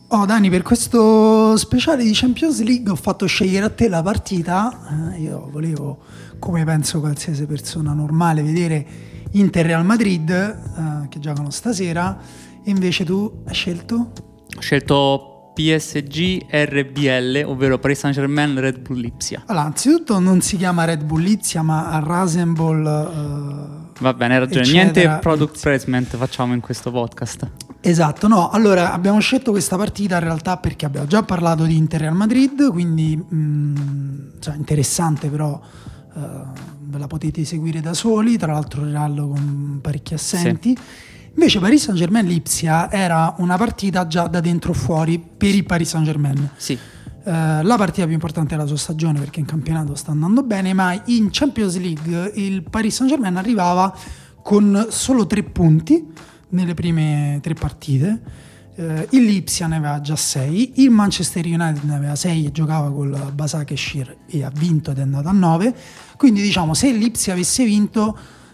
Oh Dani, per questo speciale di Champions League ho fatto scegliere a te la partita. Io volevo, come penso qualsiasi persona normale, vedere Inter Real Madrid, che giocano stasera, e invece tu hai scelto? Ho scelto PSG RBL, ovvero Paris Saint-Germain Red Bull Lipsia. Allora, anzitutto non si chiama Red Bull Lipsia, ma Rasenball. Va bene, hai ragione. Eccetera. Niente product placement facciamo in questo podcast. Esatto, no, allora abbiamo scelto questa partita in realtà perché abbiamo già parlato di Inter Real Madrid, quindi interessante, però ve la potete seguire da soli, tra l'altro Real con parecchi assenti. Sì. Invece Paris Saint-Germain Lipsia era una partita già da dentro fuori per il Paris Saint-Germain. Sì. La partita più importante della sua stagione, perché in campionato sta andando bene, ma in Champions League il Paris Saint-Germain arrivava con solo 3 punti nelle prime 3 partite. Il Lipsia ne aveva già 6, il Manchester United ne aveva 6 e giocava col Başakşehir e ha vinto ed è andato a 9. Quindi diciamo, se il Lipsia avesse vinto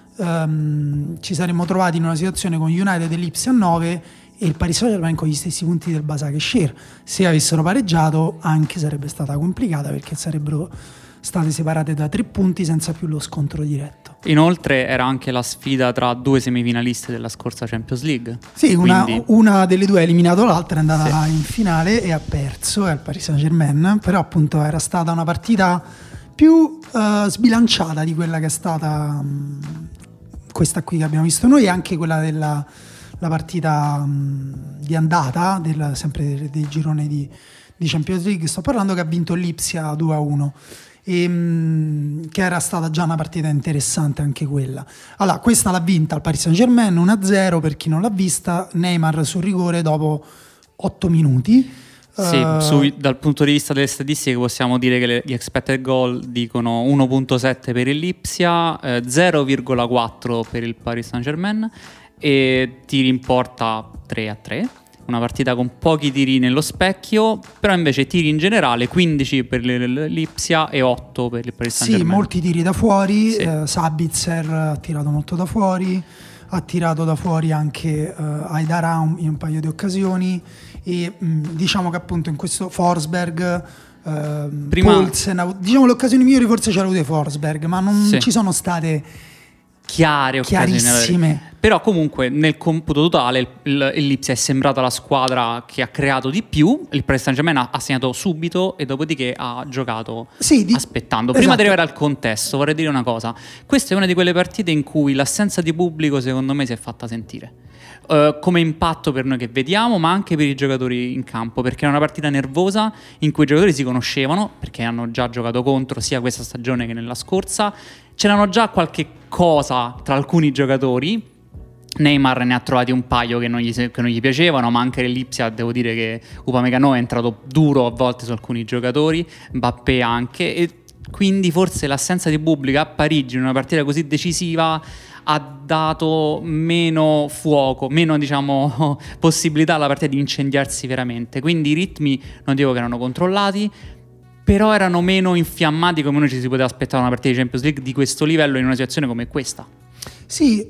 ci saremmo trovati in una situazione con United e Lipsia a 9 e il Paris Saint-Germain con gli stessi punti del Başakşehir. Se avessero pareggiato anche sarebbe stata complicata, perché sarebbero state separate da 3 punti senza più lo scontro diretto. Inoltre era anche la sfida tra 2 semifinaliste della scorsa Champions League. Sì, una delle due ha eliminato l'altra, è andata in finale e ha perso, è il Paris Saint-Germain, però appunto era stata una partita più sbilanciata di quella che è stata questa qui che abbiamo visto noi, e anche quella della la partita di andata sempre del girone di Champions League, sto parlando, che ha vinto l'Ipsia 2-1. Che era stata già una partita interessante anche quella. Allora, questa l'ha vinta il Paris Saint-Germain 1-0, per chi non l'ha vista, Neymar sul rigore dopo 8 minuti. Sì, dal punto di vista delle statistiche possiamo dire che gli expected goal dicono 1.7 per il Lipsia, 0,4 per il Paris Saint-Germain e tiri in porta 3-3. Una partita con pochi tiri nello specchio, però invece tiri in generale 15 per l'Lipsia e 8 per il Paris Saint-Germain. Sì, molti tiri da fuori, sì. Sabitzer ha tirato molto da fuori, ha tirato da fuori anche Aidara in un paio di occasioni, e diciamo che appunto in questo Forsberg, Poulsen, diciamo le occasioni migliori forse ce l'ha avuto Forsberg, ma non ci sono state chiarissime. Però comunque nel computo totale il Lipsia è sembrata la squadra che ha creato di più. Il Paris Saint-Germain ha segnato subito e dopodiché ha giocato aspettando. Prima di arrivare al contesto vorrei dire una cosa: questa è una di quelle partite in cui l'assenza di pubblico secondo me si è fatta sentire, come impatto per noi che vediamo, ma anche per i giocatori in campo, perché è una partita nervosa in cui i giocatori si conoscevano perché hanno già giocato contro sia questa stagione che nella scorsa. C'erano già qualche cosa tra alcuni giocatori. Neymar ne ha trovati un paio che non gli piacevano, ma anche l'Lipsia, devo dire che Upamecano è entrato duro a volte su alcuni giocatori, Mbappé anche, e quindi forse l'assenza di pubblico a Parigi in una partita così decisiva ha dato meno fuoco, meno diciamo possibilità alla partita di incendiarsi veramente. Quindi i ritmi non dico che erano controllati, però erano meno infiammati come noi ci si poteva aspettare una partita di Champions League di questo livello in una situazione come questa. Sì,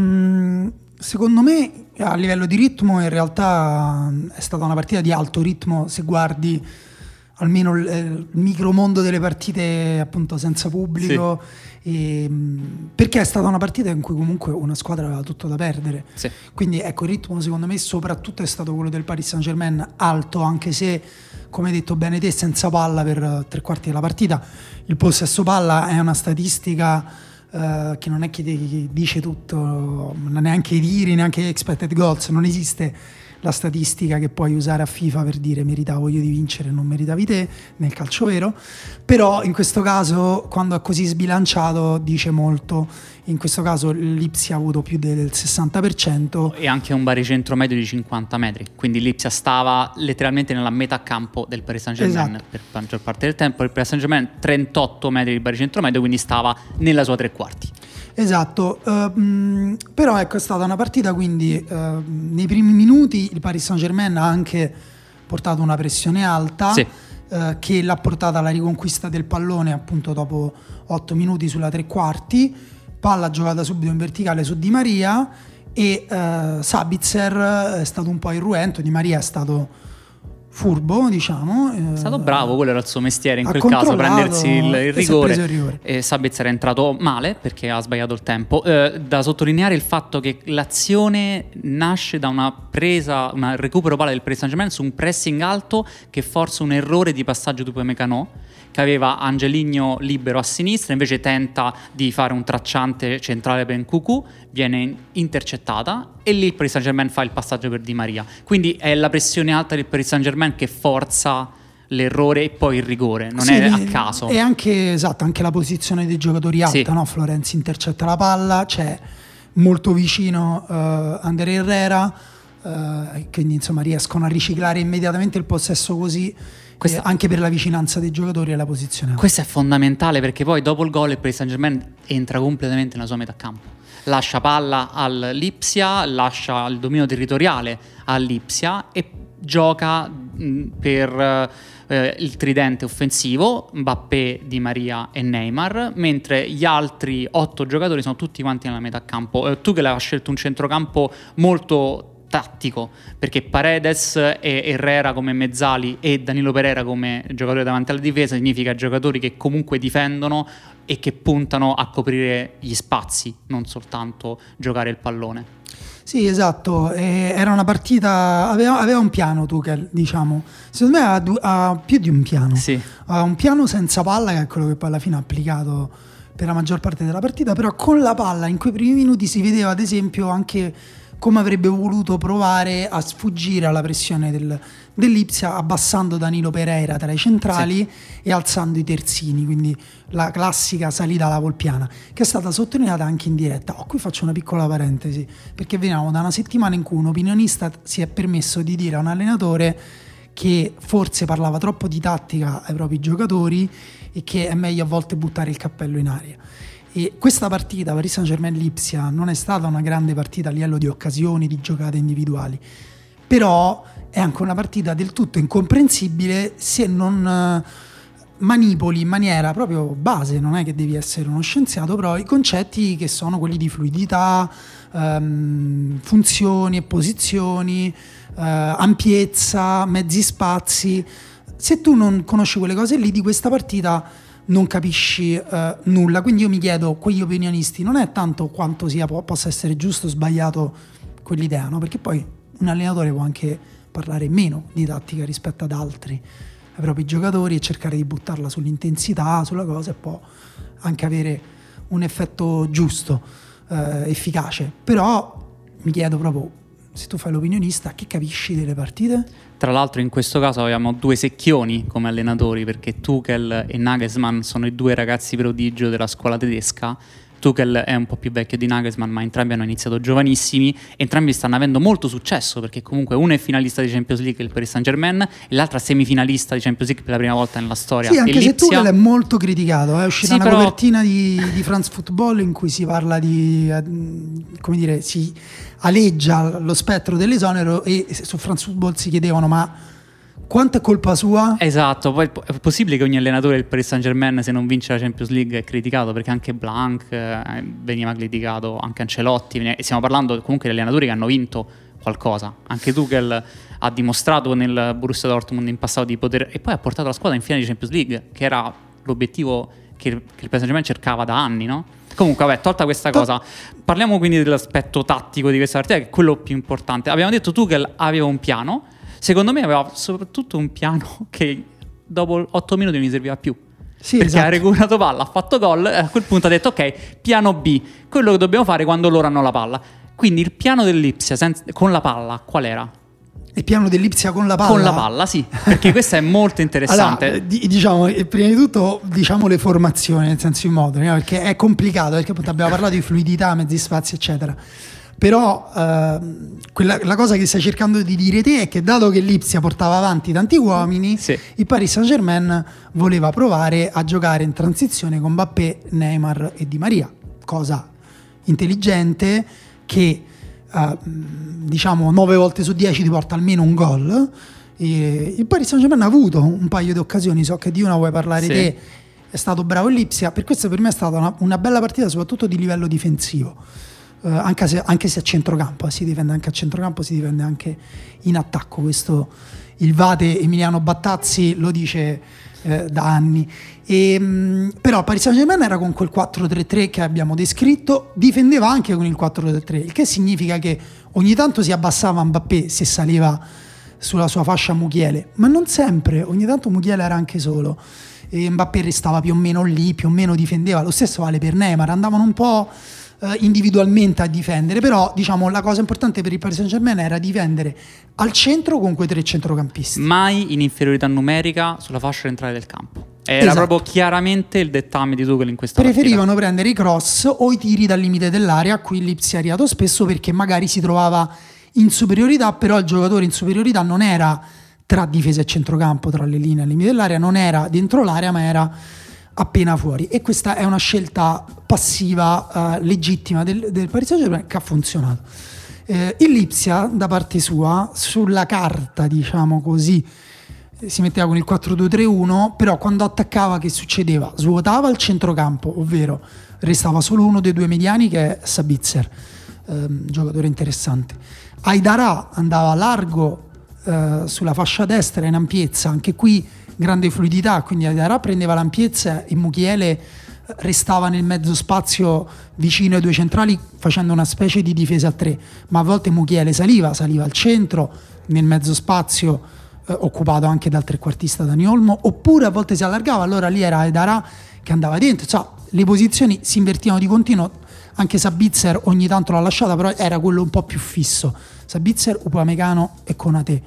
secondo me a livello di ritmo in realtà è stata una partita di alto ritmo, se guardi almeno il micromondo delle partite appunto senza pubblico, perché è stata una partita in cui comunque una squadra aveva tutto da perdere. Sì. Quindi ecco, il ritmo secondo me soprattutto è stato quello del Paris Saint-Germain, alto, anche se come hai detto bene te, senza palla per 3/4 della partita. Il possesso palla è una statistica che non è che ti dice tutto, non neanche i tiri, neanche expected goals, non esiste la statistica che puoi usare a FIFA per dire meritavo io di vincere, non meritavi te nel calcio vero. Però in questo caso, quando è così sbilanciato, dice molto. In questo caso l'Ipsia ha avuto più del 60% e anche un baricentro medio di 50 metri, quindi l'Ipsia stava letteralmente nella metà campo del Paris Saint-Germain. Esatto. Per la maggior parte del tempo il Paris Saint-Germain 38 metri di baricentro medio, quindi stava nella sua 3/4. Esatto, però ecco, è stata una partita, quindi nei primi minuti il Paris Saint-Germain ha anche portato una pressione alta, che l'ha portata alla riconquista del pallone appunto dopo 8 minuti sulla 3/4, palla giocata subito in verticale su Di Maria e Sabitzer è stato un po' irruento. Di Maria è stato furbo, diciamo. È stato bravo, quello era il suo mestiere in quel caso, prendersi il rigore. E Sabitzer è entrato male perché ha sbagliato il tempo. Da sottolineare il fatto che l'azione nasce da un recupero palla del Paris Saint-Germain su un pressing alto che forza un errore di passaggio di Upamecano, che aveva Angelino libero a sinistra, invece tenta di fare un tracciante centrale per Nkunku, viene intercettata e lì il Paris Saint-Germain fa il passaggio per Di Maria. Quindi è la pressione alta del Paris Saint-Germain che forza l'errore e poi il rigore, non è a caso. E anche, esatto, anche la posizione dei giocatori alta, sì. No? Florenzi intercetta la palla, c'è molto vicino Ander Herrera, quindi insomma riescono a riciclare immediatamente il possesso così. Anche per la vicinanza dei giocatori e la posizione. Questo è fondamentale perché poi dopo il gol il Paris Saint-Germain entra completamente nella sua metà campo. Lascia palla all'Ipsia, lascia il dominio territoriale all'Ipsia e gioca per il tridente offensivo, Mbappé, Di Maria e Neymar, mentre gli altri 8 giocatori sono tutti quanti nella metà campo. Tuchel aveva scelto un centrocampo molto tattico, perché Paredes e Herrera come mezzali e Danilo Pereira come giocatore davanti alla difesa significa giocatori che comunque difendono e che puntano a coprire gli spazi, non soltanto giocare il pallone. Sì, esatto, era una partita, aveva un piano Tuchel, diciamo, secondo me ha più di un piano, sì. Ha un piano senza palla, che è quello che poi alla fine ha applicato per la maggior parte della partita, però con la palla in quei primi minuti si vedeva ad esempio anche come avrebbe voluto provare a sfuggire alla pressione dell'Ipsia, abbassando Danilo Pereira tra i centrali, sì. E alzando i terzini, quindi la classica salita alla Volpiana, che è stata sottolineata anche in diretta. Qui faccio una piccola parentesi, perché veniamo da una settimana in cui un opinionista si è permesso di dire a un allenatore che forse parlava troppo di tattica ai propri giocatori e che è meglio a volte buttare il cappello in aria. E questa partita Paris Saint-Germain-Lipsia non è stata una grande partita a livello di occasioni, di giocate individuali, però è anche una partita del tutto incomprensibile se non manipoli in maniera proprio base, non è che devi essere uno scienziato, però i concetti che sono quelli di fluidità, funzioni e posizioni, ampiezza, mezzi spazi. Se tu non conosci quelle cose lì, di questa partita non capisci nulla. Quindi io mi chiedo, quegli opinionisti, non è tanto quanto possa essere giusto o sbagliato quell'idea, no? Perché poi un allenatore può anche parlare meno di tattica rispetto ad altri, ai propri giocatori, e cercare di buttarla sull'intensità, sulla cosa, e può anche avere un effetto giusto, efficace. Però mi chiedo proprio, se tu fai l'opinionista, che capisci delle partite? Tra l'altro in questo caso abbiamo 2 secchioni come allenatori, perché Tuchel e Nagelsmann sono i 2 ragazzi prodigio della scuola tedesca. Tuchel è un po' più vecchio di Nagelsmann, ma entrambi hanno iniziato giovanissimi, entrambi stanno avendo molto successo, perché comunque uno è finalista di Champions League, il Paris Saint-Germain, e l'altra semifinalista di Champions League per la prima volta nella storia. Sì, anche se Tuchel è molto criticato, è uscita una copertina di France Football in cui si parla di, come dire, si aleggia lo spettro dell'esonero, e su France Football si chiedevano: ma quanto è colpa sua? Esatto, poi è possibile che ogni allenatore del Paris Saint-Germain, se non vince la Champions League, è criticato, perché anche Blanc veniva criticato, anche Ancelotti, e stiamo parlando comunque di allenatori che hanno vinto qualcosa. Anche Tuchel ha dimostrato nel Borussia Dortmund in passato di poter, e poi ha portato la squadra in finale di Champions League, che era l'obiettivo che il Paris Saint-Germain cercava da anni, no? Comunque, vabbè, tolta questa cosa, parliamo quindi dell'aspetto tattico di questa partita, che è quello più importante. Abbiamo detto Tuchel aveva un piano. Secondo me aveva soprattutto un piano che dopo 8 minuti non gli serviva più. Sì, perché esatto. Ha recuperato palla, ha fatto gol, e a quel punto ha detto: ok, piano B, quello che dobbiamo fare quando loro hanno la palla. Quindi il piano dell'Ipsia con la palla qual era? Il piano dell'Ipsia con la palla? Con la palla, sì, perché questo è molto interessante. Allora, diciamo, prima di tutto diciamo le formazioni, nel senso in modo, perché è complicato, perché appunto abbiamo parlato di fluidità, mezzi spazi eccetera. Però la cosa che stai cercando di dire te è che, dato che l'Ipsia portava avanti tanti uomini, sì, il Paris Saint-Germain voleva provare a giocare in transizione con Mbappé, Neymar e Di Maria, cosa intelligente che diciamo 9 volte su 10 ti porta almeno un gol. Il Paris Saint-Germain ha avuto un paio di occasioni, so che di una vuoi parlare te, è stato bravo l'Ipsia, per questo per me è stata una bella partita, soprattutto di livello difensivo. anche se a centrocampo, si difende anche a centrocampo, si difende anche in attacco. Questo il Vate Emiliano Battazzi lo dice da anni. Però Paris Saint-Germain era con quel 4-3-3 che abbiamo descritto, difendeva anche con il 4-3-3, il che significa che ogni tanto si abbassava Mbappé se saliva sulla sua fascia Mukiele, ma non sempre, ogni tanto Mukiele era anche solo e Mbappé restava più o meno lì, più o meno difendeva. Lo stesso vale per Neymar, andavano un po' individualmente a difendere, però diciamo la cosa importante per il Paris Saint-Germain era difendere al centro con quei 3 centrocampisti. Mai in inferiorità numerica sulla fascia centrale del campo. Era proprio chiaramente il dettame di Tuchel in questa Preferivano prendere i cross o i tiri dal limite dell'area, a cui Lipsia è arrivato spesso perché magari si trovava in superiorità, però il giocatore in superiorità non era tra difesa e centrocampo, tra le linee e il limite dell'area, non era dentro l'area ma era appena fuori, e questa è una scelta passiva legittima del Paris Saint-Germain che ha funzionato. Il Lipsia da parte sua sulla carta, diciamo così, si metteva con il 4-2-3-1, però quando attaccava che succedeva? Svuotava il centrocampo, ovvero restava solo uno dei 2 mediani che è Sabitzer, giocatore interessante. Aidara andava largo sulla fascia destra in ampiezza, anche qui grande fluidità, quindi Aidara prendeva l'ampiezza e Mukiele restava nel mezzo spazio vicino ai 2 centrali facendo una specie di difesa a 3, ma a volte Mukiele saliva al centro nel mezzo spazio occupato anche dal trequartista Dani Olmo, oppure a volte si allargava, allora lì era Aidara che andava dentro, cioè le posizioni si invertivano di continuo. Anche Sabitzer ogni tanto l'ha lasciata, però era quello un po' più fisso. Sabitzer, Upamecano e Konaté.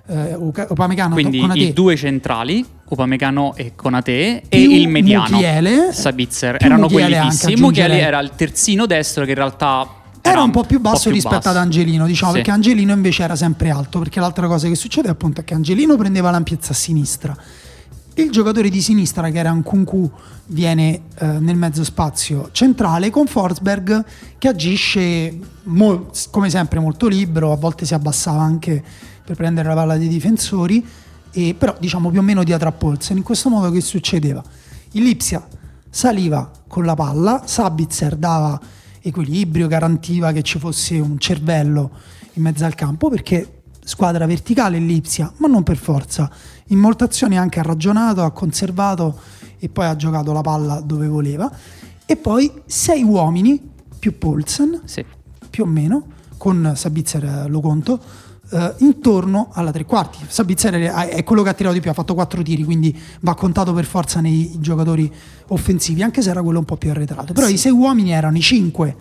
Quindi Konaté. I 2 centrali, Upamecano e Konaté, e il mediano Mukiele, Sabitzer, erano Mukiele quelli fissi. Mukiele era il terzino destro che in realtà era un po' più basso rispetto ad Angelino, diciamo, sì. Perché Angelino invece era sempre alto, perché l'altra cosa che succede appunto è che Angelino prendeva l'ampiezza a sinistra. Il giocatore di sinistra, che era Nkunku, viene nel mezzo spazio centrale con Forsberg che agisce come sempre molto libero, a volte si abbassava anche per prendere la palla dei difensori, però diciamo più o meno dietro a Poulsen. In questo modo che succedeva? Il Lipsia saliva con la palla, Sabitzer dava equilibrio, garantiva che ci fosse un cervello in mezzo al campo, perché squadra verticale il Lipsia, ma non per forza. In molte azioni anche ha ragionato, ha conservato e poi ha giocato la palla dove voleva. E poi 6 uomini più Poulsen, sì, più o meno, con Sabitzer lo conto, intorno alla 3/4. Sabitzer è quello che ha tirato di più, ha fatto 4 tiri, quindi va contato per forza nei giocatori offensivi, anche se era quello un po' più arretrato. Però sì, i 6 uomini erano i 5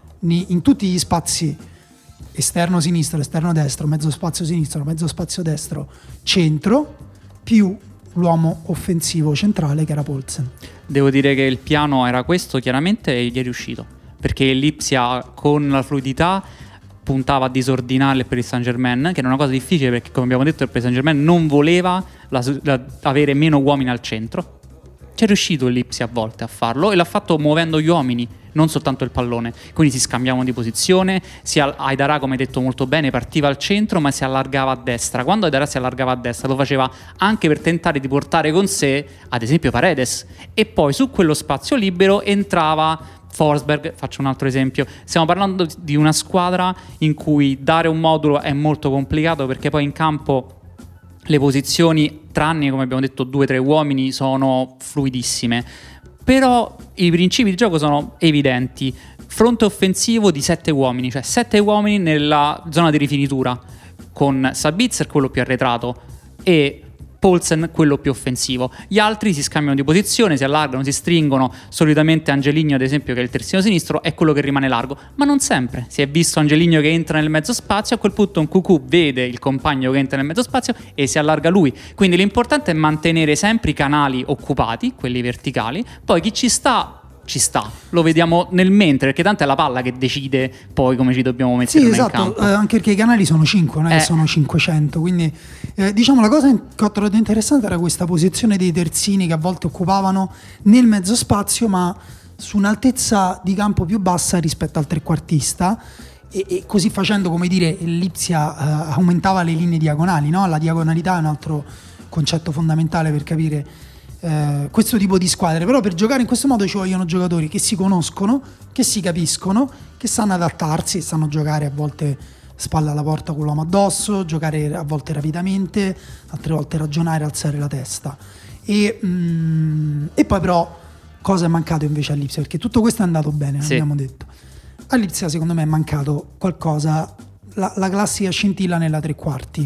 in tutti gli spazi: esterno sinistro, esterno destro, mezzo spazio sinistro, mezzo spazio destro, centro, più l'uomo offensivo centrale che era Poulsen. Devo dire che il piano era questo, chiaramente, e gli è riuscito, perché il Lipsia con la fluidità puntava a disordinare per il Saint-Germain, che era una cosa difficile perché, come abbiamo detto, il Saint-Germain non voleva avere meno uomini al centro. C'è riuscito il Lipsia a volte a farlo, e l'ha fatto muovendo gli uomini, non soltanto il pallone. Quindi si scambiavano di posizione, Aidara, come hai detto molto bene, partiva al centro ma si allargava a destra. Quando Aidara si allargava a destra lo faceva anche per tentare di portare con sé ad esempio Paredes, e poi su quello spazio libero entrava Forsberg. Faccio un altro esempio: stiamo parlando di una squadra in cui dare un modulo è molto complicato, perché poi in campo le posizioni, tranne come abbiamo detto 2-3 uomini, sono fluidissime, però i principi di gioco sono evidenti. Fronte offensivo di 7 uomini, cioè 7 uomini nella zona di rifinitura, con Sabitzer quello più arretrato e Poulsen quello più offensivo. Gli altri si scambiano di posizione, si allargano, si stringono. Solitamente Angelino, ad esempio, che è il terzino sinistro, è quello che rimane largo, ma non sempre. Si è visto Angelino che entra nel mezzo spazio, a quel punto Nkunku vede il compagno che entra nel mezzo spazio e si allarga lui. Quindi l'importante è mantenere sempre i canali occupati, quelli verticali. Poi chi ci sta, lo vediamo nel mentre, perché tanto è la palla che decide poi come ci dobbiamo mettere in campo. Anche perché i canali sono 5, non è che sono 500, quindi diciamo la cosa che ho trovato interessante era questa posizione dei terzini che a volte occupavano nel mezzo spazio ma su un'altezza di campo più bassa rispetto al trequartista, e così facendo, come dire, il Lipsia aumentava le linee diagonali, no? La diagonalità è un altro concetto fondamentale per capire questo tipo di squadre, però per giocare in questo modo ci vogliono giocatori che si conoscono, che si capiscono, che sanno adattarsi, sanno giocare a volte spalla alla porta con l'uomo addosso, giocare a volte rapidamente, altre volte ragionare, alzare la testa. E poi però cosa è mancato invece all'Ipsia? Perché tutto questo è andato bene, abbiamo detto. All'Ipsia secondo me è mancato qualcosa, la classica scintilla nella tre quarti,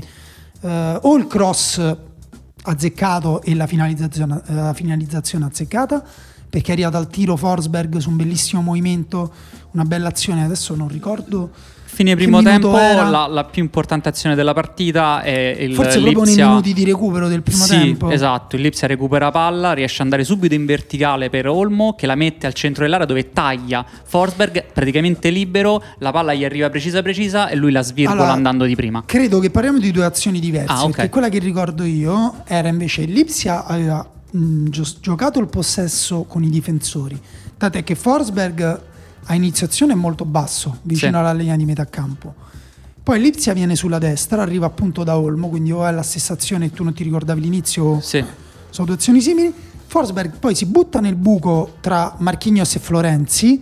o il cross azzeccato e la finalizzazione azzeccata, perché è arrivato al tiro Forsberg su un bellissimo movimento, una bella azione, adesso non ricordo. Fine primo tempo, la più importante azione della partita è il forse Lipsia, proprio nei minuti di recupero del primo tempo. Esatto, il Lipsia recupera palla, riesce ad andare subito in verticale per Olmo, che la mette al centro dell'area dove taglia Forsberg praticamente libero, la palla gli arriva precisa e lui la svirgola andando di prima. Credo che parliamo di due azioni diverse, perché quella che ricordo io era invece il Lipsia aveva giocato il possesso con i difensori, tant'è che Forsberg a iniziazione è molto basso, vicino alla linea di metà campo. Poi Lipsia viene sulla destra, arriva appunto da Olmo, quindi o è la stessa azione, tu non ti ricordavi l'inizio, sono due azioni simili. Forsberg poi si butta nel buco tra Marquinhos e Florenzi,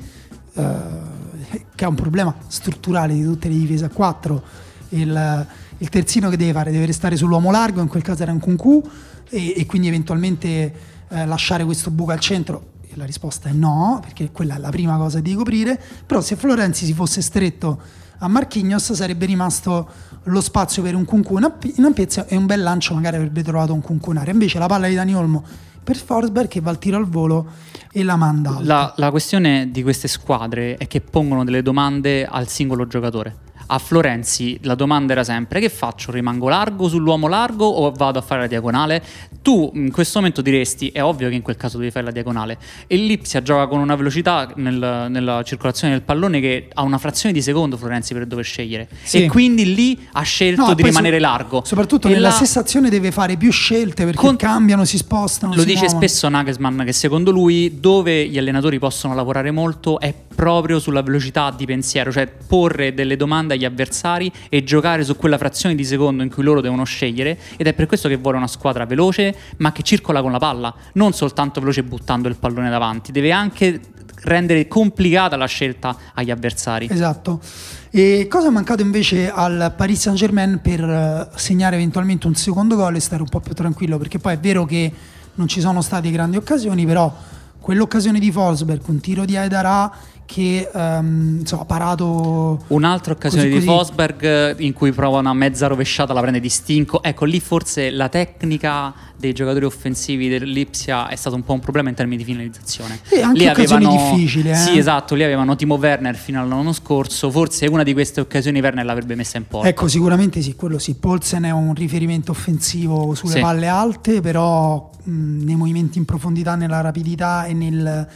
che è un problema strutturale di tutte le difese a 4. Il terzino che deve fare? Deve restare sull'uomo largo, in quel caso era un Nkunku, e quindi eventualmente lasciare questo buco al centro. La risposta è no, perché quella è la prima cosa da coprire. Però se Florenzi si fosse stretto a Marquinhos sarebbe rimasto lo spazio per un Nkunku in ampiezza, e un bel lancio magari avrebbe trovato un Nkunku in area. Invece la palla di Dani Olmo per Forsberg, che va al tiro al volo e la manda alta. La questione di queste squadre è che pongono delle domande al singolo giocatore. A Florenzi la domanda era sempre: che faccio? Rimango largo sull'uomo largo o vado a fare la diagonale? Tu in questo momento diresti: è ovvio che in quel caso devi fare la diagonale. E Lipsia gioca con una velocità nella circolazione del pallone che ha una frazione di secondo Florenzi per dove scegliere, e quindi lì ha scelto di rimanere largo. Soprattutto nella stessa azione deve fare più scelte, perché cambiano, si spostano. Lo dice spesso Nagelsmann, che secondo lui dove gli allenatori possono lavorare molto è proprio sulla velocità di pensiero, cioè porre delle domande agli avversari e giocare su quella frazione di secondo in cui loro devono scegliere. Ed è per questo che vuole una squadra veloce, ma che circola con la palla, non soltanto veloce buttando il pallone davanti, deve anche rendere complicata la scelta agli avversari. Esatto. E cosa è mancato invece al Paris Saint-Germain per segnare eventualmente un secondo gol e stare un po' più tranquillo? Perché poi è vero che non ci sono state grandi occasioni, però quell'occasione di Forsberg, un tiro di Aidara che ha parato, un'altra occasione di Forsberg in cui prova una mezza rovesciata, la prende di stinco. Ecco, lì forse la tecnica dei giocatori offensivi dell'Ipsia è stato un po' un problema in termini di finalizzazione. E anche lì occasioni difficili. Sì, esatto, lì avevano Timo Werner fino all'anno scorso, forse una di queste occasioni Werner l'avrebbe messa in porta. Ecco, sicuramente sì, quello sì. Poulsen è un riferimento offensivo sulle palle alte, però nei movimenti in profondità, nella rapidità e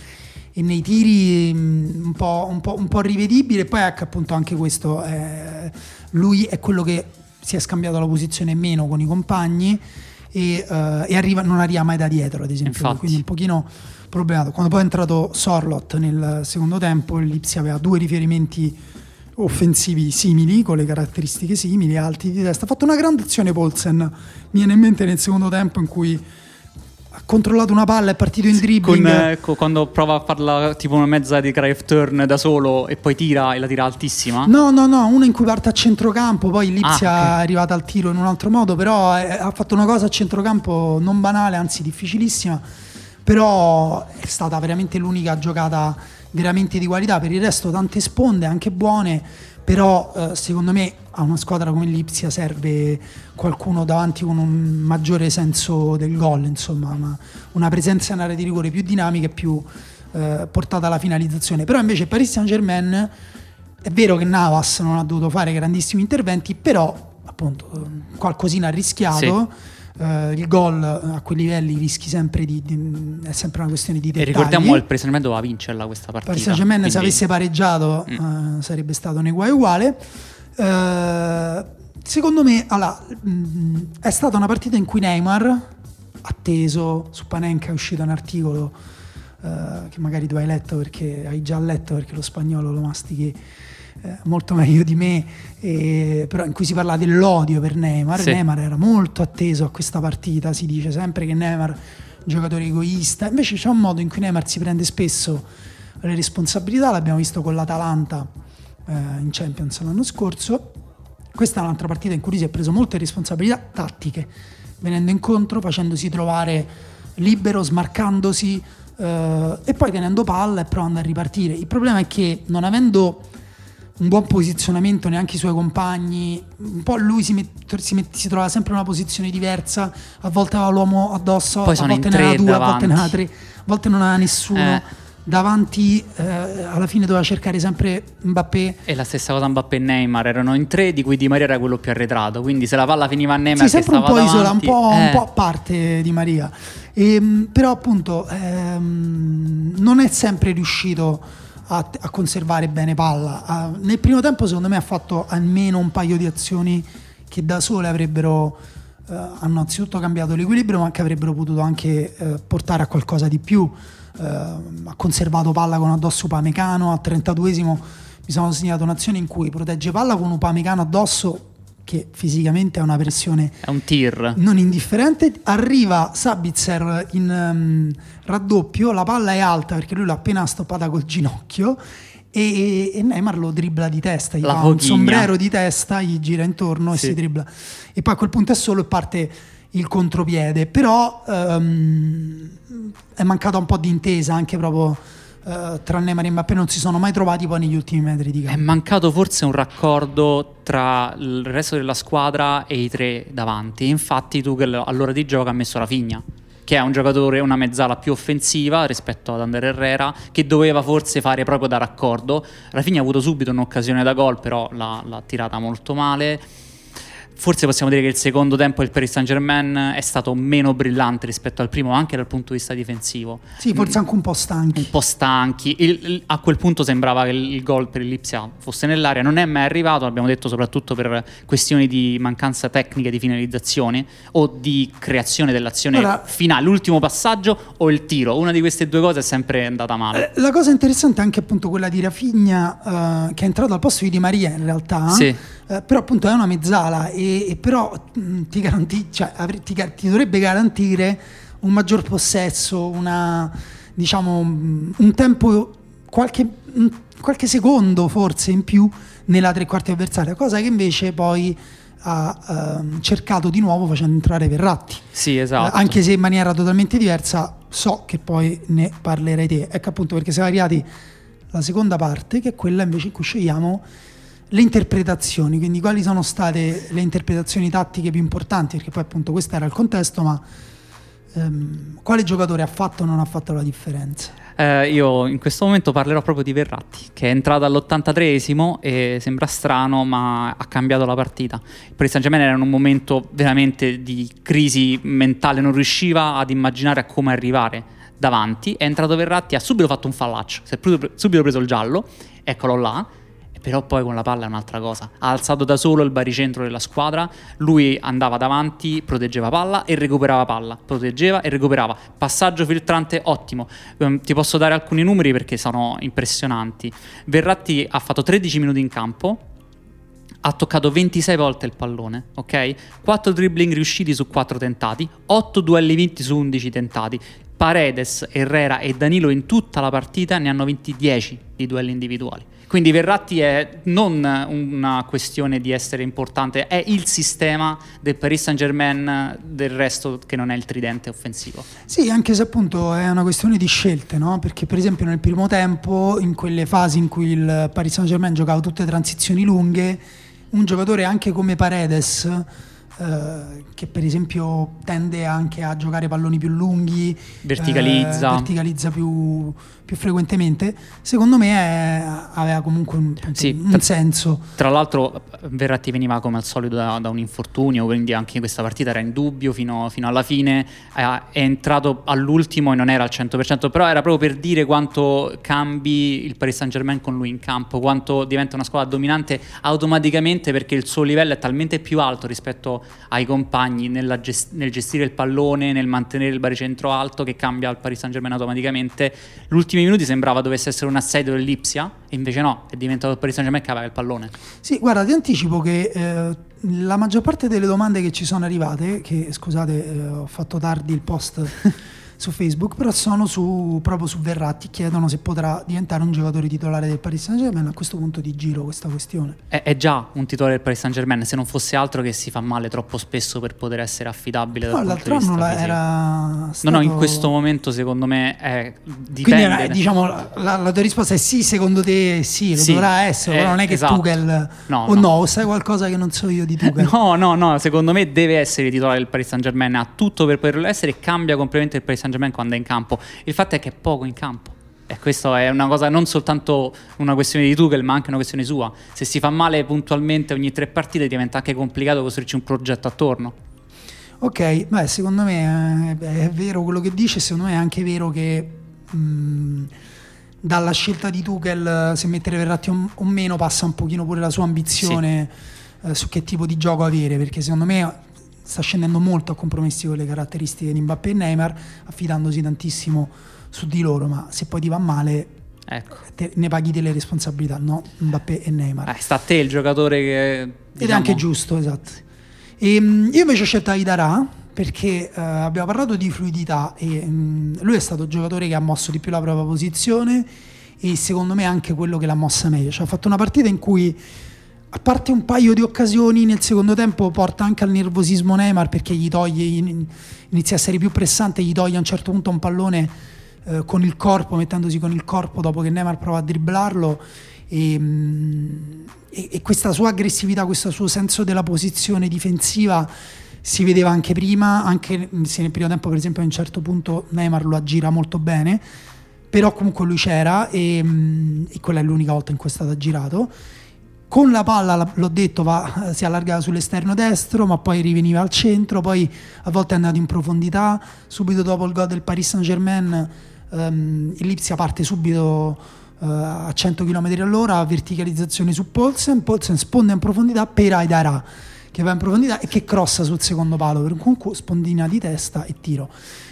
nei tiri un po' rivedibile. E poi ecco, appunto, anche questo lui è quello che si è scambiato la posizione meno con i compagni e non arriva mai da dietro, ad esempio. Infatti. Quindi un pochino problemato. Quando poi è entrato Sorloth nel secondo tempo, l'Ipsia aveva due riferimenti offensivi simili, con le caratteristiche simili, alti di testa. Ha fatto una grande azione Poulsen, mi viene in mente nel secondo tempo, in cui ha controllato una palla, è partito in dribbling quando prova a farla tipo una mezza di Cruyff turn da solo e poi tira e la tira altissima. No, una in cui parte a centrocampo, poi l'Ipsia è arrivata al tiro in un altro modo, però ha fatto una cosa a centrocampo non banale, anzi difficilissima, però è stata veramente l'unica giocata veramente di qualità. Per il resto tante sponde anche buone, però secondo me a una squadra come l'Ipsia serve qualcuno davanti con un maggiore senso del gol, insomma, una presenza in area di rigore più dinamica e più portata alla finalizzazione. Però invece Paris Saint-Germain, è vero che Navas non ha dovuto fare grandissimi interventi, però appunto qualcosina ha rischiato. Sì. Il gol a quei livelli rischi sempre è sempre una questione di dettagli. E ricordiamo il Paris Saint-Germain doveva vincerla questa partita. Paris Saint-Germain, quindi, se avesse pareggiato sarebbe stato nei guai uguale. Secondo me è stata una partita in cui Neymar, atteso, su Panenka è uscito un articolo che magari tu hai letto, perché hai già letto, perché lo spagnolo lo mastichi molto meglio di me, però in cui si parla dell'odio per Neymar. Sì. Neymar era molto atteso a questa partita, si dice sempre che Neymar giocatore egoista. Invece c'è un modo in cui Neymar si prende spesso le responsabilità, l'abbiamo visto con l'Atalanta in Champions l'anno scorso. Questa è un'altra partita in cui lui si è preso molte responsabilità tattiche, venendo incontro, facendosi trovare libero, smarcandosi e poi tenendo palla e provando a ripartire. Il problema è che, non avendo un buon posizionamento neanche i suoi compagni, un po' lui si trova sempre in una posizione diversa, a volte aveva l'uomo addosso, poi a volte ne aveva due, a volte ne aveva tre, a volte non aveva nessuno. Davanti alla fine doveva cercare sempre Mbappé. E la stessa cosa Mbappé e Neymar, erano in tre, di cui Di Maria era quello più arretrato, quindi se la palla finiva a Neymar, sì, che stava sempre un po' davanti, isola, un po' a parte Di Maria. Però appunto non è sempre riuscito a conservare bene palla. Nel primo tempo secondo me ha fatto almeno un paio di azioni che da sole avrebbero hanno anzitutto cambiato l'equilibrio, ma che avrebbero potuto anche portare a qualcosa di più. Ha conservato palla con addosso Upamecano. Al 32esimo mi sono segnato un'azione in cui protegge palla con Upamecano addosso, che fisicamente ha una pressione, è un tir non indifferente. Arriva Sabitzer in raddoppio, la palla è alta perché lui l'ha appena stoppata col ginocchio e Neymar lo dribbla di testa, gli fa un sombrero di testa, gli gira intorno e si dribbla, e poi a quel punto è solo e parte il contropiede. Però è mancata un po' di intesa anche proprio tra Neymar e Mbappé, non si sono mai trovati poi negli ultimi metri di campo. È mancato forse un raccordo tra il resto della squadra e i tre davanti. Infatti Tuchel all'ora di gioco ha messo Rafinha, che è un giocatore, una mezzala più offensiva rispetto ad Ander Herrera, che doveva forse fare proprio da raccordo. Rafinha ha avuto subito un'occasione da gol, però l'ha tirata molto male. Forse possiamo dire che il secondo tempo del Paris Saint-Germain è stato meno brillante rispetto al primo, anche dal punto di vista difensivo. Sì, forse anche un po' stanchi. Un po' stanchi. A quel punto sembrava che il gol per il Lipsia fosse nell'area, non è mai arrivato, abbiamo detto, soprattutto per questioni di mancanza tecnica di finalizzazione o di creazione dell'azione finale, l'ultimo passaggio o il tiro. Una di queste due cose è sempre andata male. La cosa interessante è anche appunto quella di Rafinha, che è entrato al posto di Di Maria in realtà. Sì. Però appunto è una mezzala e però ti dovrebbe garantire un maggior possesso, diciamo un tempo, qualche secondo forse in più nella tre quarti avversaria, cosa che invece poi ha cercato di nuovo facendo entrare Verratti. Sì, esatto. Anche se in maniera totalmente diversa, so che poi ne parlerai te. Ecco appunto perché siamo arrivati alla seconda parte, che è quella invece in cui scegliamo le interpretazioni, quindi quali sono state le interpretazioni tattiche più importanti, perché poi appunto questo era il contesto, ma quale giocatore ha fatto o non ha fatto la differenza? Io in questo momento parlerò proprio di Verratti, che è entrato all'83esimo e sembra strano ma ha cambiato la partita. Il Paris Saint-Germain era in un momento veramente di crisi mentale, non riusciva ad immaginare a come arrivare davanti. È entrato Verratti, ha subito fatto un fallaccio, si è subito preso il giallo, eccolo là. Però poi con la palla è un'altra cosa. Ha alzato da solo il baricentro della squadra, lui andava davanti, proteggeva palla e recuperava palla, proteggeva e recuperava. Passaggio filtrante ottimo. Ti posso dare alcuni numeri perché sono impressionanti. Verratti ha fatto 13 minuti in campo, ha toccato 26 volte il pallone, ok? 4 dribbling riusciti su 4 tentati, 8 duelli vinti su 11 tentati. Paredes, Herrera e Danilo in tutta la partita ne hanno vinti 10 di duelli individuali. Quindi Verratti è non una questione di essere importante, è il sistema del Paris Saint-Germain, del resto che non è il tridente offensivo. Sì, anche se appunto è una questione di scelte, no? Perché per esempio nel primo tempo, in quelle fasi in cui il Paris Saint-Germain giocava tutte transizioni lunghe, un giocatore anche come Paredes, che per esempio tende anche a giocare palloni più lunghi, verticalizza più frequentemente, secondo me aveva comunque un senso. Tra l'altro Verratti veniva come al solito da un infortunio, quindi anche in questa partita era in dubbio fino alla fine, è entrato all'ultimo e non era al 100%, però era proprio per dire quanto cambi il Paris Saint-Germain con lui in campo, quanto diventa una squadra dominante automaticamente, perché il suo livello è talmente più alto rispetto ai compagni nel gestire il pallone, nel mantenere il baricentro alto, che cambia il Paris Saint-Germain automaticamente. L'ultimi minuti sembrava dovesse essere un assedio dell'Ipsia e invece no, è diventato il Paris Saint-Germain che aveva il pallone. Sì, guarda, ti anticipo che la maggior parte delle domande che ci sono arrivate, che scusate ho fatto tardi il post su Facebook, però sono proprio su Verratti, chiedono se potrà diventare un giocatore titolare del Paris Saint-Germain. A questo punto ti giro questa questione. È già un titolare del Paris Saint-Germain, se non fosse altro che si fa male troppo spesso per poter essere affidabile dal punto di vista fisico. Era stato... No, in questo momento secondo me dipende. Quindi diciamo la tua risposta è sì, secondo te sì, lo dovrà essere, però non è che esatto. Tuchel no, sai qualcosa che non so io di Tuchel? No, secondo me deve essere titolare del Paris Saint-Germain, ha tutto per poterlo essere e cambia completamente il Paris Saint-Germain quando è in campo. Il fatto è che è poco in campo. E questa è una cosa, non soltanto una questione di Tuchel, ma anche una questione sua. Se si fa male puntualmente ogni 3 partite diventa anche complicato costruirci un progetto attorno. Ok, secondo me è vero quello che dice, secondo me è anche vero che dalla scelta di Tuchel se mettere Verratti o meno passa un pochino pure la sua ambizione su che tipo di gioco avere, perché secondo me sta scendendo molto a compromessi con le caratteristiche di Mbappé e Neymar, affidandosi tantissimo su di loro, ma se poi ti va male ne paghi te le responsabilità, no? Mbappé e Neymar. Sta a te il giocatore che... Ed è anche giusto, esatto. E io invece ho scelto Aidara perché abbiamo parlato di fluidità e lui è stato il giocatore che ha mosso di più la propria posizione e secondo me anche quello che l'ha mossa meglio. Cioè, ha fatto una partita in cui, a parte un paio di occasioni nel secondo tempo, porta anche al nervosismo Neymar perché gli toglie, inizia a essere più pressante, gli toglie a un certo punto un pallone con il corpo, mettendosi con il corpo dopo che Neymar prova a dribblarlo e questa sua aggressività, questo suo senso della posizione difensiva si vedeva anche prima, anche se nel primo tempo per esempio a un certo punto Neymar lo aggira molto bene, però comunque lui c'era e quella è l'unica volta in cui è stato aggirato. Con la palla, l'ho detto, si allargava sull'esterno destro, ma poi riveniva al centro, poi a volte è andato in profondità. Subito dopo il gol del Paris Saint-Germain il Lipsia parte subito a 100 km all'ora, verticalizzazione su Poulsen sponda in profondità per Aidara, che va in profondità e che crossa sul secondo palo per un spondina di testa e tiro.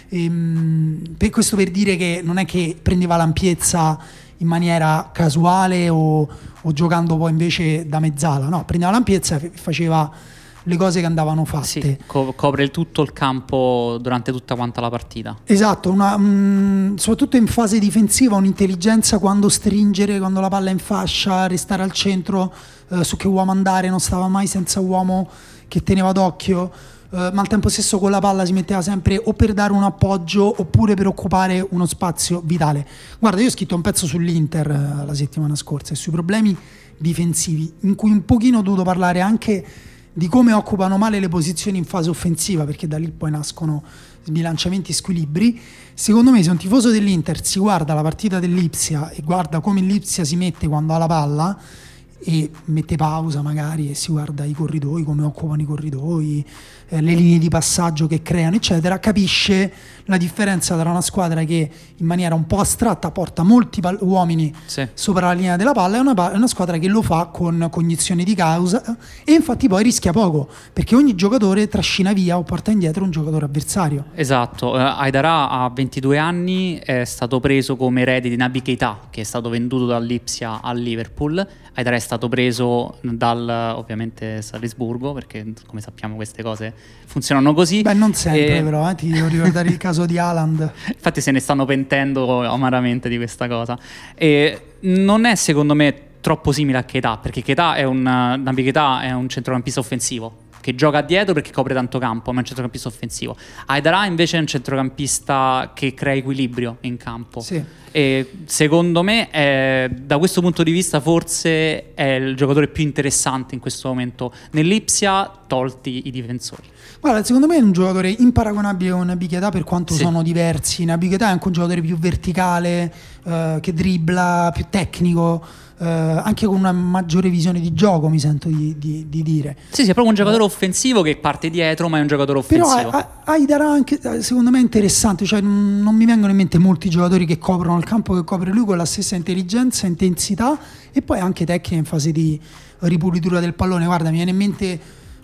Per questo, per dire che non è che prendeva l'ampiezza in maniera casuale o giocando poi invece da mezzala, no, prendeva l'ampiezza e faceva le cose che andavano fatte. Sì, copre tutto il campo durante tutta quanta la partita. Esatto, soprattutto in fase difensiva, un'intelligenza quando stringere, quando la palla è in fascia, restare al centro, su che uomo andare, non stava mai senza uomo che teneva d'occhio, ma al tempo stesso con la palla si metteva sempre o per dare un appoggio oppure per occupare uno spazio vitale. Guarda, io ho scritto un pezzo sull'Inter la settimana scorsa e sui problemi difensivi, in cui un pochino ho dovuto parlare anche di come occupano male le posizioni in fase offensiva, perché da lì poi nascono sbilanciamenti e squilibri. Secondo me, se un tifoso dell'Inter si guarda la partita dell'Ipsia e guarda come l'Ipsia si mette quando ha la palla e mette pausa magari e si guarda i corridoi, come occupano i corridoi, le linee di passaggio che creano eccetera, capisce la differenza tra una squadra che in maniera un po' astratta porta molti uomini sopra la linea della palla e una squadra che lo fa con cognizione di causa e infatti poi rischia poco perché ogni giocatore trascina via o porta indietro un giocatore avversario. Esatto, Aidara a 22 anni è stato preso come erede di Naby Keita, che è stato venduto dall'Ipsia al Liverpool. Aidara è stato preso dal ovviamente Salisburgo, perché come sappiamo queste cose funzionano così. Beh, non sempre però, ti devo ricordare il caso di Haaland. Infatti se ne stanno pentendo amaramente di questa cosa. E non è secondo me troppo simile a Keita, perché Naby Keita è un centrocampista offensivo che gioca dietro perché copre tanto campo, ma è un centrocampista offensivo. Aidara invece è un centrocampista che crea equilibrio in campo. Sì. E secondo me da questo punto di vista forse è il giocatore più interessante in questo momento nell'Ipsia, tolti i difensori. Guarda, secondo me è un giocatore imparagonabile con Naby Keita per quanto sono diversi. Naby Keita è anche un giocatore più verticale, che dribbla, più tecnico, anche con una maggiore visione di gioco, mi sento di dire. Sì, è proprio un giocatore offensivo che parte dietro, ma è un giocatore offensivo. Però Aidara anche, secondo me è interessante, cioè non mi vengono in mente molti giocatori che coprono il campo che copre lui con la stessa intelligenza, intensità e poi anche tecnica in fase di ripulitura del pallone. Guarda, mi viene in mente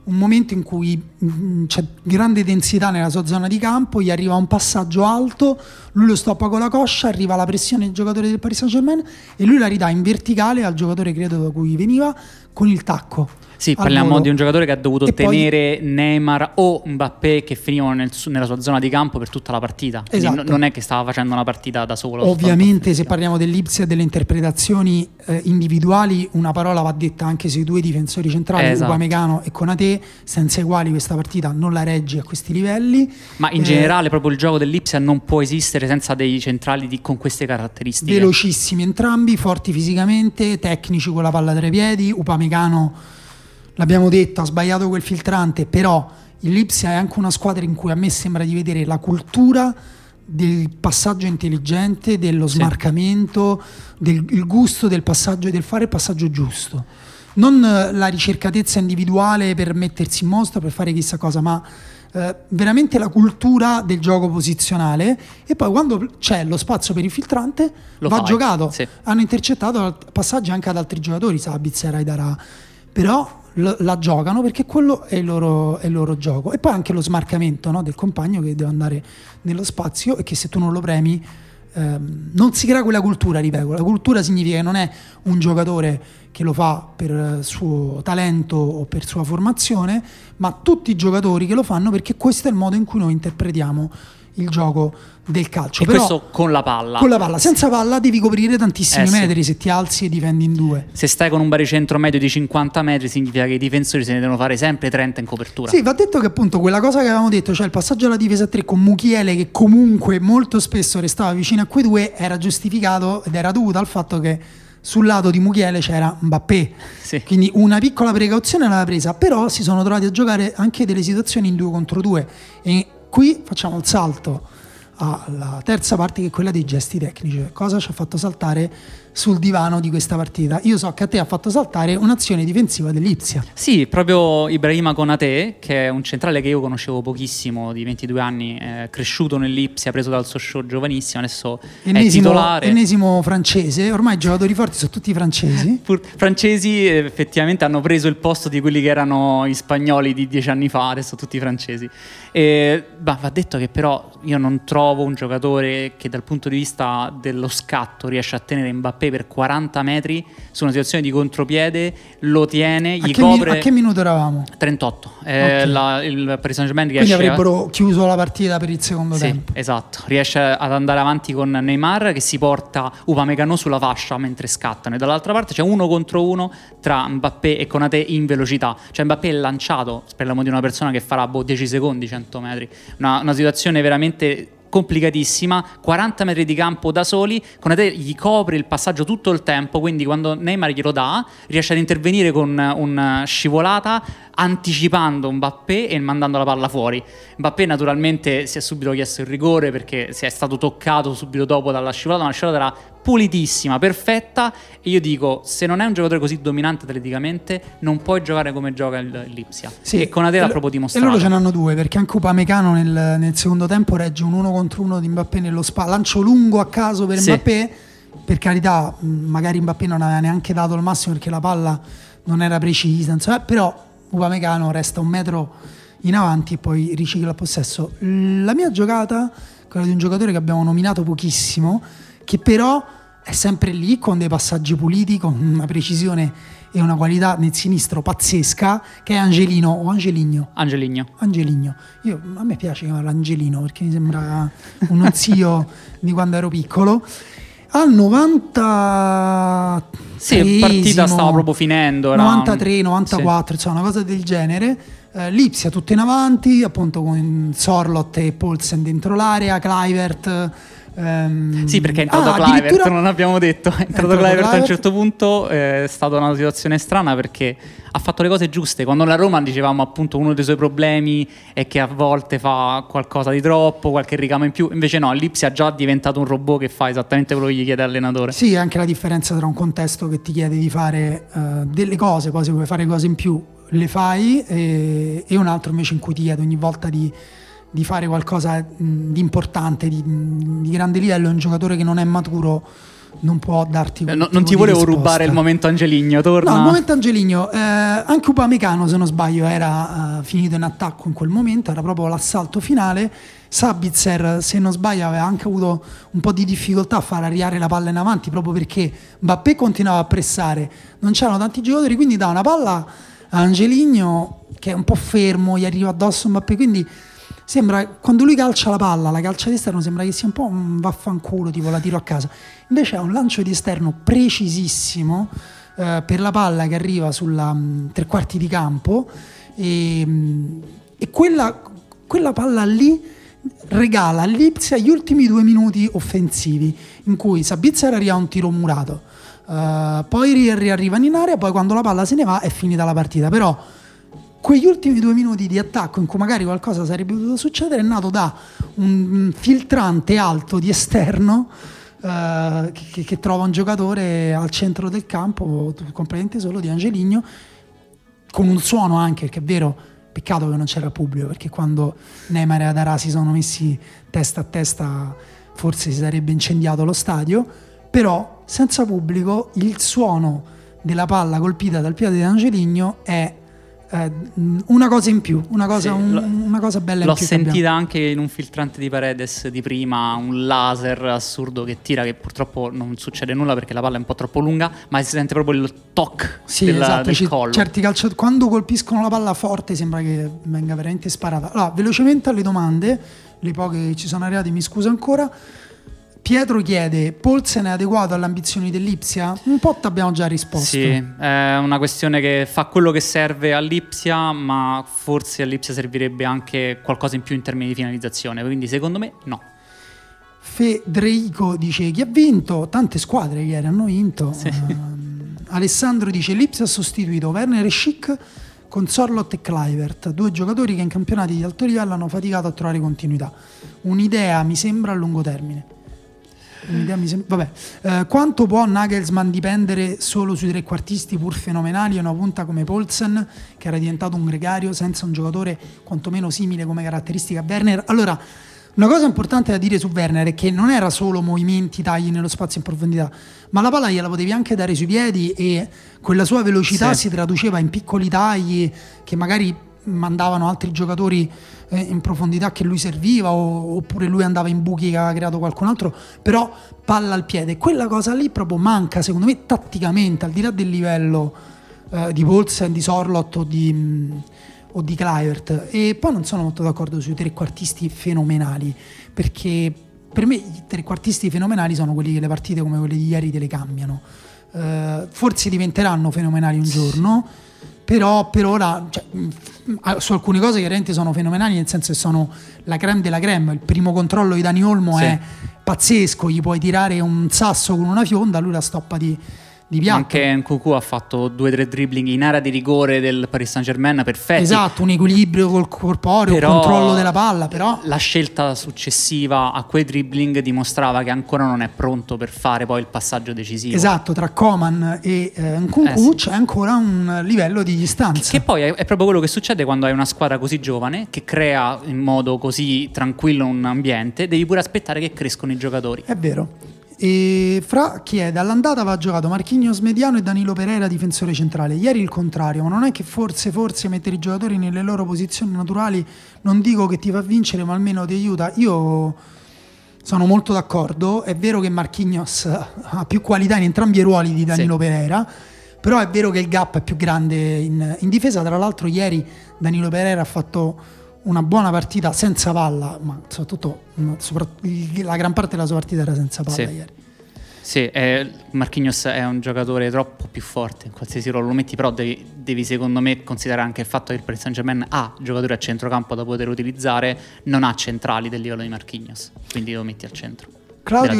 un momento in cui c'è grande densità nella sua zona di campo, gli arriva un passaggio alto, lui lo stoppa con la coscia, arriva la pressione del giocatore del Paris Saint-Germain e lui la ridà in verticale al giocatore, credo da cui veniva, con il tacco. Sì, parliamo di un giocatore che ha dovuto tenere Neymar o Mbappé che finivano nella sua zona di campo per tutta la partita. Esatto. Non è che stava facendo una partita da solo. Ovviamente se parliamo dell'Ipsia e delle interpretazioni individuali, una parola va detta anche sui due difensori centrali, esatto. Upamecano e Konaté, senza i quali questa partita non la reggi a questi livelli. Ma in generale proprio il gioco dell'Ipsia non può esistere senza dei centrali con queste caratteristiche. Velocissimi entrambi, forti fisicamente, tecnici con la palla tra i piedi. Upamecano, l'abbiamo detto, ha sbagliato quel filtrante, però il Lipsia è anche una squadra in cui a me sembra di vedere la cultura del passaggio intelligente, dello smarcamento, il gusto del passaggio e del fare il passaggio giusto. Non la ricercatezza individuale per mettersi in mostra, per fare chissà cosa, ma veramente la cultura del gioco posizionale. E poi quando c'è lo spazio per il filtrante va giocato. Sì. Hanno intercettato passaggi anche ad altri giocatori, Sabitzer e Aidara, però la giocano perché quello è il loro gioco. E poi anche lo smarcamento, no, del compagno che deve andare nello spazio e che se tu non lo premi non si crea quella cultura, ripeto. La cultura significa che non è un giocatore che lo fa per suo talento o per sua formazione, ma tutti i giocatori che lo fanno perché questo è il modo in cui noi interpretiamo il gioco del calcio. E però, questo con la palla. Con la palla, senza palla devi coprire tantissimi metri se ti alzi e difendi in due. Se stai con un baricentro medio di 50 metri significa che i difensori se ne devono fare sempre 30 in copertura. Sì, va detto che appunto quella cosa che avevamo detto, cioè il passaggio alla difesa a 3 con Mukiele che comunque molto spesso restava vicino a quei due, era giustificato ed era dovuto al fatto che sul lato di Mukiele c'era Mbappé, sì. Quindi una piccola precauzione l'aveva presa, però si sono trovati a giocare anche delle situazioni in 2 contro 2 e qui facciamo il salto alla terza parte, che è quella dei gesti tecnici. Cosa ci ha fatto saltare sul divano di questa partita? Io so che a te ha fatto saltare un'azione difensiva dell'Ipsia. Sì, proprio Ibrahima Konaté, che è un centrale che io conoscevo pochissimo, di 22 anni, cresciuto nell'Ipsia, preso dal Sochaux giovanissimo, adesso è titolare. Ennesimo francese, ormai i giocatori forti sono tutti francesi. Francesi effettivamente hanno preso il posto di quelli che erano gli spagnoli di 10 anni fa, adesso tutti francesi. Va detto che però io non trovo un giocatore che dal punto di vista dello scatto riesce a tenere Mbappé per 40 metri su una situazione di contropiede, lo tiene, gli copre. A che minuto eravamo? 38. Okay. Il Paris Saint-Germain Quindi riesce avrebbero chiuso la partita per il secondo tempo. Esatto, riesce ad andare avanti con Neymar che si porta Upamecano sulla fascia mentre scattano, e dall'altra parte c'è 1 contro 1 tra Mbappé e Konaté in velocità. Cioè Mbappé è lanciato, parliamo di una persona che farà 10 secondi, 100 metri, una situazione veramente complicatissima, 40 metri di campo da soli, Konaté gli copre il passaggio tutto il tempo, quindi quando Neymar glielo dà riesce ad intervenire con una scivolata anticipando Mbappé e mandando la palla fuori. Mbappé naturalmente si è subito chiesto il rigore perché si è stato toccato subito dopo dalla scivolata, una scivolata era pulitissima, perfetta, e io dico, se non è un giocatore così dominante atleticamente non puoi giocare come gioca il Lipsia. Sì, e Konaté l'ha proprio dimostrato. E loro ce n'hanno 2, perché anche Upamecano nel secondo tempo regge un 1 contro 1 di Mbappé nello lancio lungo a caso per Mbappé. Per carità, magari Mbappé non aveva neanche dato il massimo perché la palla non era precisa, insomma, però Upamecano resta un metro in avanti e poi ricicla il possesso. La mia giocata, quella di un giocatore che abbiamo nominato pochissimo, che però è sempre lì con dei passaggi puliti, con una precisione e una qualità nel sinistro pazzesca, che è Angelino o Angeligno. A me piace chiamarlo Angelino perché mi sembra uno zio di quando ero piccolo. Al 90 sì, partita stava proprio finendo, era 93, 94, insomma una cosa del genere. Lipsia tutto in avanti, appunto con Sorloth e Poulsen dentro l'area, Kluivert. Sì, perché è entrato Kluivert, non abbiamo detto. È entrato Kluivert a un certo punto, è stata una situazione strana perché ha fatto le cose giuste. Quando la Roma, dicevamo appunto, uno dei suoi problemi è che a volte fa qualcosa di troppo, qualche ricamo in più, invece no, Lipsia è già diventato un robot che fa esattamente quello che gli chiede l'allenatore. Sì, anche la differenza tra un contesto che ti chiede di fare delle cose, poi se vuoi fare cose in più le fai, e un altro invece in cui ti chiede ogni volta di fare qualcosa di importante, di grande livello. È un giocatore che non è maturo non può darti non ti volevo rubare il momento Angeligno, torna. No, il momento Angeligno, anche Upamecano, se non sbaglio, era finito in attacco in quel momento, era proprio l'assalto finale. Sabitzer, se non sbaglio, aveva anche avuto un po' di difficoltà a far arrivare la palla in avanti, proprio perché Mbappé continuava a pressare, non c'erano tanti giocatori, quindi dà una palla a Angeligno che è un po' fermo, gli arriva addosso Mbappé, quindi sembra, quando lui calcia la palla, la calcia di esterno, sembra che sia un po' un vaffanculo, tipo la tiro a casa. Invece è un lancio di esterno precisissimo per la palla che arriva sulla tre quarti di campo, e quella palla lì regala all'Ipsia gli ultimi 2 minuti offensivi, in cui Sabitzer arriva a un tiro murato, poi riarrivano in area, poi quando la palla se ne va è finita la partita. Però quegli ultimi 2 minuti di attacco in cui magari qualcosa sarebbe potuto succedere è nato da un filtrante alto di esterno che trova un giocatore al centro del campo completamente solo, di Angeligno, con un suono anche, che è vero, peccato che non c'era pubblico, perché quando Neymar e Adara si sono messi testa a testa forse si sarebbe incendiato lo stadio. Però senza pubblico il suono della palla colpita dal piede di Angeligno è una cosa in più, una cosa bella in più. L'ho sentita anche in un filtrante di Paredes di prima, un laser assurdo che tira, che purtroppo non succede nulla perché la palla è un po' troppo lunga, ma si sente proprio il toc del collo. Certi calciatori quando colpiscono la palla forte sembra che venga veramente sparata. Allora, velocemente alle domande, le poche che ci sono arrivate, mi scuso ancora. Pietro chiede: Poulsen è adeguato alle ambizioni dell'Ipsia? Un po' ti abbiamo già risposto. Sì, è una questione che fa quello che serve all'Ipsia, ma forse all'Ipsia servirebbe anche qualcosa in più in termini di finalizzazione, quindi secondo me no. Federico dice: chi ha vinto? Tante squadre ieri hanno vinto. Sì. Alessandro dice: l'Ipsia ha sostituito Werner e Schick con Sorloth e Kluivert, 2 giocatori che in campionati di alto livello hanno faticato a trovare continuità. Un'idea mi sembra a lungo termine. Quanto può Nagelsmann dipendere solo sui trequartisti pur fenomenali e una punta come Poulsen, che era diventato un gregario senza un giocatore quantomeno simile come caratteristica a Werner? Allora, una cosa importante da dire su Werner è che non era solo movimenti, tagli nello spazio in profondità, ma la palla gliela potevi anche dare sui piedi, e quella sua velocità si traduceva in piccoli tagli che magari mandavano altri giocatori in profondità che lui serviva, oppure lui andava in buchi che aveva creato qualcun altro, però palla al piede. Quella cosa lì proprio manca, secondo me, tatticamente, al di là del livello di Poulsen, di Sorloth o di Kluivert. E poi non sono molto d'accordo sui trequartisti fenomenali, perché per me i trequartisti fenomenali sono quelli che le partite come quelle di ieri te le cambiano. Forse diventeranno fenomenali un giorno, però per ora, cioè, su alcune cose chiaramente sono fenomenali, nel senso che sono la crème della crème. Il primo controllo di Dani Olmo è pazzesco, gli puoi tirare un sasso con una fionda, lui la stoppa di piatto. Anche Nkunku ha fatto 2-3 dribbling in area di rigore del Paris Saint-Germain perfetti. Esatto, un equilibrio col corporeo, un controllo della palla, però la scelta successiva a quei dribbling dimostrava che ancora non è pronto per fare poi il passaggio decisivo. Esatto, tra Coman e Nkunku c'è ancora un livello di distanza. Che poi è proprio quello che succede quando hai una squadra così giovane, che crea in modo così tranquillo un ambiente, devi pure aspettare che crescono i giocatori. È vero. E Fra chiede: all'andata va giocato Marquinhos mediano e Danilo Pereira difensore centrale, ieri il contrario, ma non è che forse mettere i giocatori nelle loro posizioni naturali, non dico che ti fa vincere, ma almeno ti aiuta? Io sono molto d'accordo. È vero che Marquinhos ha più qualità in entrambi i ruoli di Danilo Pereira, però è vero che il gap è più grande in difesa. Tra l'altro ieri Danilo Pereira ha fatto una buona partita senza palla, ma soprattutto la gran parte della sua partita era senza palla ieri. Sì, Marquinhos è un giocatore troppo più forte in qualsiasi ruolo lo metti, però devi secondo me considerare anche il fatto che il Paris Saint-Germain ha giocatori a centrocampo da poter utilizzare, non ha centrali del livello di Marquinhos, quindi lo metti al centro. Claudio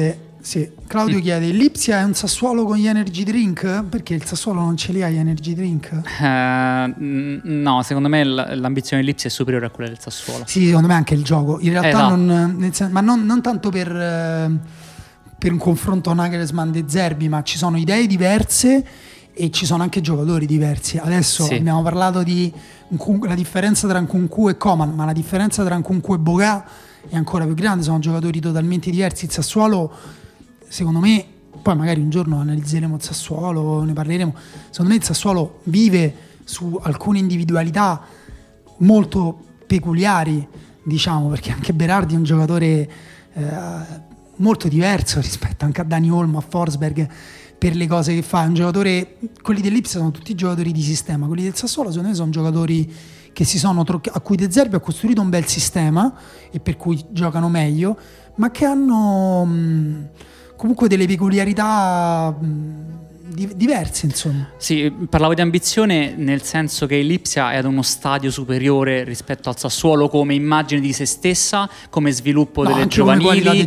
chiede: l'Ipsia è un Sassuolo con gli energy drink? Perché il Sassuolo non ce li ha gli energy drink? No, secondo me l'ambizione dell'Ipsia è superiore a quella del Sassuolo. Sì, secondo me anche il gioco. In realtà ma non tanto per un confronto Nagelsmann De Zerbi, ma ci sono idee diverse e ci sono anche giocatori diversi. Adesso abbiamo parlato di la differenza tra Nkunku e Coman, ma la differenza tra Nkunku e Boga è ancora più grande, sono giocatori totalmente diversi. Il Sassuolo, secondo me, poi magari un giorno analizzeremo il Sassuolo, ne parleremo. Secondo me il Sassuolo vive su alcune individualità molto peculiari, diciamo, perché anche Berardi è un giocatore molto diverso rispetto anche a Dani Olmo, a Forsberg, per le cose che fa. È un giocatore, quelli dell'Ipsia sono tutti giocatori di sistema, quelli del Sassuolo secondo me sono giocatori che a cui De Zerbi ha costruito un bel sistema e per cui giocano meglio, ma che hanno comunque delle peculiarità diverse, insomma. Sì, parlavo di ambizione nel senso che l'Ipsia è ad uno stadio superiore rispetto al Sassuolo come immagine di se stessa, come sviluppo delle giovanili,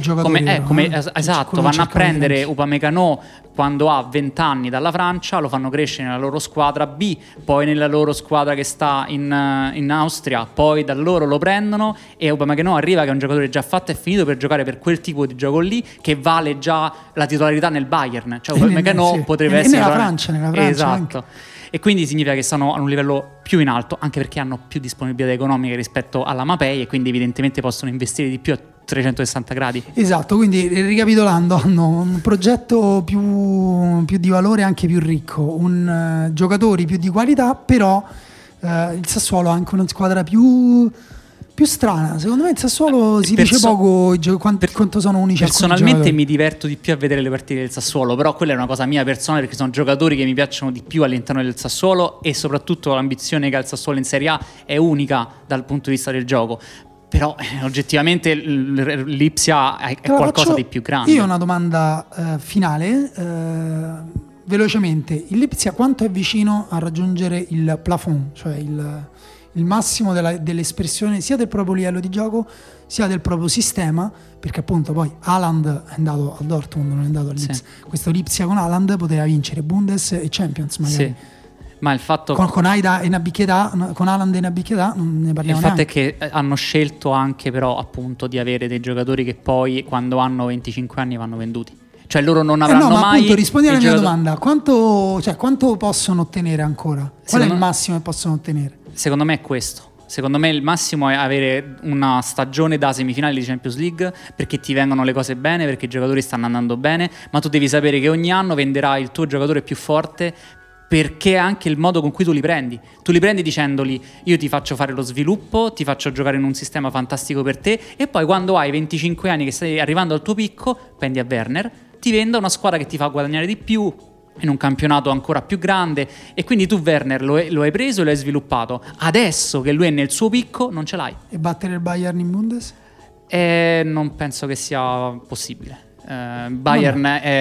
esatto, vanno a prendere Upamecano quando ha 20 anni dalla Francia, lo fanno crescere nella loro squadra B, poi nella loro squadra che sta in Austria, poi da loro lo prendono e Upamecano arriva che è un giocatore già fatto e finito per giocare per quel tipo di gioco lì, che vale già la titolarità nel Bayern, cioè Upamecano potrebbe essere nella Francia esatto anche. E quindi significa che sono a un livello più in alto, anche perché hanno più disponibilità economiche rispetto alla Mapei e quindi evidentemente possono investire di più a 360 gradi. Esatto, quindi ricapitolando, hanno un progetto più di valore, anche più ricco, giocatori più di qualità, però il Sassuolo ha anche una squadra più strana. Secondo me il Sassuolo si dice poco quanto sono unici. Personalmente mi diverto di più a vedere le partite del Sassuolo, però quella è una cosa mia personale, perché sono giocatori che mi piacciono di più all'interno del Sassuolo e soprattutto l'ambizione che ha il Sassuolo in Serie A è unica dal punto di vista del gioco. Però oggettivamente l'Ipsia è qualcosa di più grande. Io ho una domanda finale, velocemente. L'Ipsia quanto è vicino a raggiungere il plafond, cioè il massimo dell'espressione sia del proprio livello di gioco sia del proprio sistema, perché appunto poi Haaland è andato al Dortmund, non è andato all'Ipsia. Sì. Questo Lipsia con Haaland poteva vincere Bundes e Champions magari. Sì. Ma il fatto con Aida e Nabichedà, con Haaland e Nabichedà non ne parliamo. Il fatto è che hanno scelto anche però appunto di avere dei giocatori che poi quando hanno 25 anni vanno venduti. Cioè loro non avranno ma mai. Appunto, rispondi alla mia domanda: quanto possono ottenere ancora? Qual è il massimo che possono ottenere? Secondo me è questo. Secondo me il massimo è avere una stagione da semifinali di Champions League, perché ti vengono le cose bene, perché i giocatori stanno andando bene, ma tu devi sapere che ogni anno venderai il tuo giocatore più forte, perché è anche il modo con cui tu li prendi. Tu li prendi dicendogli: io ti faccio fare lo sviluppo, ti faccio giocare in un sistema fantastico per te, e poi quando hai 25 anni che stai arrivando al tuo picco, prendi a Werner, ti venda una squadra che ti fa guadagnare di più in un campionato ancora più grande, e quindi tu Werner lo hai preso e lo hai sviluppato. Adesso che lui è nel suo picco non ce l'hai. E battere il Bayern in Bundes? Non penso che sia possibile. Bayern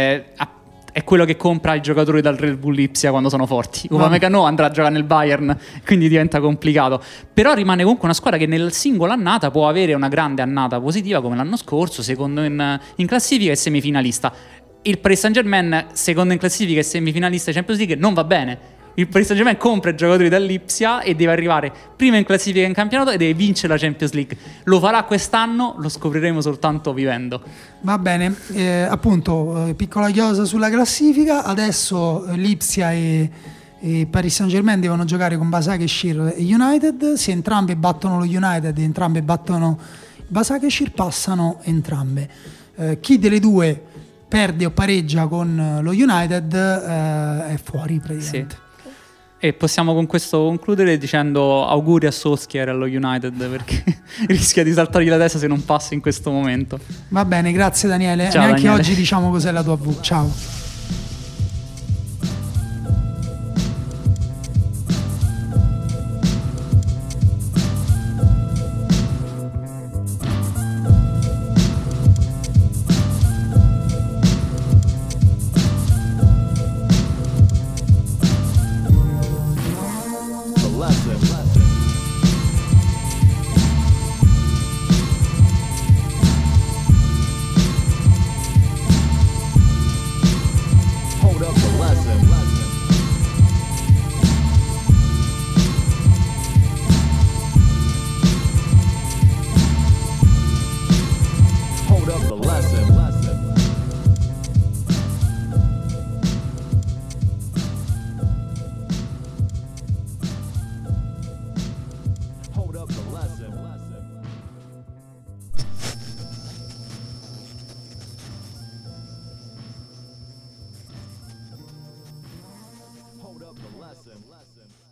è quello che compra i giocatori dal Red Bull Lipsia quando sono forti. Upamecano andrà a giocare nel Bayern, quindi diventa complicato. Però rimane comunque una squadra che nel singolo annata può avere una grande annata positiva, come l'anno scorso, secondo in classifica e semifinalista. Il Paris Saint-Germain, secondo in classifica e semifinalista di Champions League, non va bene. Il Paris Saint-Germain compra i giocatori dall'Ipsia e deve arrivare prima in classifica in campionato e deve vincere la Champions League. Lo farà quest'anno, lo scopriremo soltanto vivendo. Va bene, appunto, piccola chiosa sulla classifica. Adesso l'Ipsia e Paris Saint-Germain devono giocare con Başakşehir e United. Se entrambe battono lo United e entrambe battono Başakşehir, passano entrambe. Chi delle due perde o pareggia con lo United è fuori praticamente. Sì. E possiamo con questo concludere dicendo auguri a Solskjaer e allo United, perché rischia di saltargli la testa se non passa in questo momento. Va bene, grazie Daniele. Ciao, neanche Daniele. Oggi diciamo cos'è la tua V. Ciao. the lesson.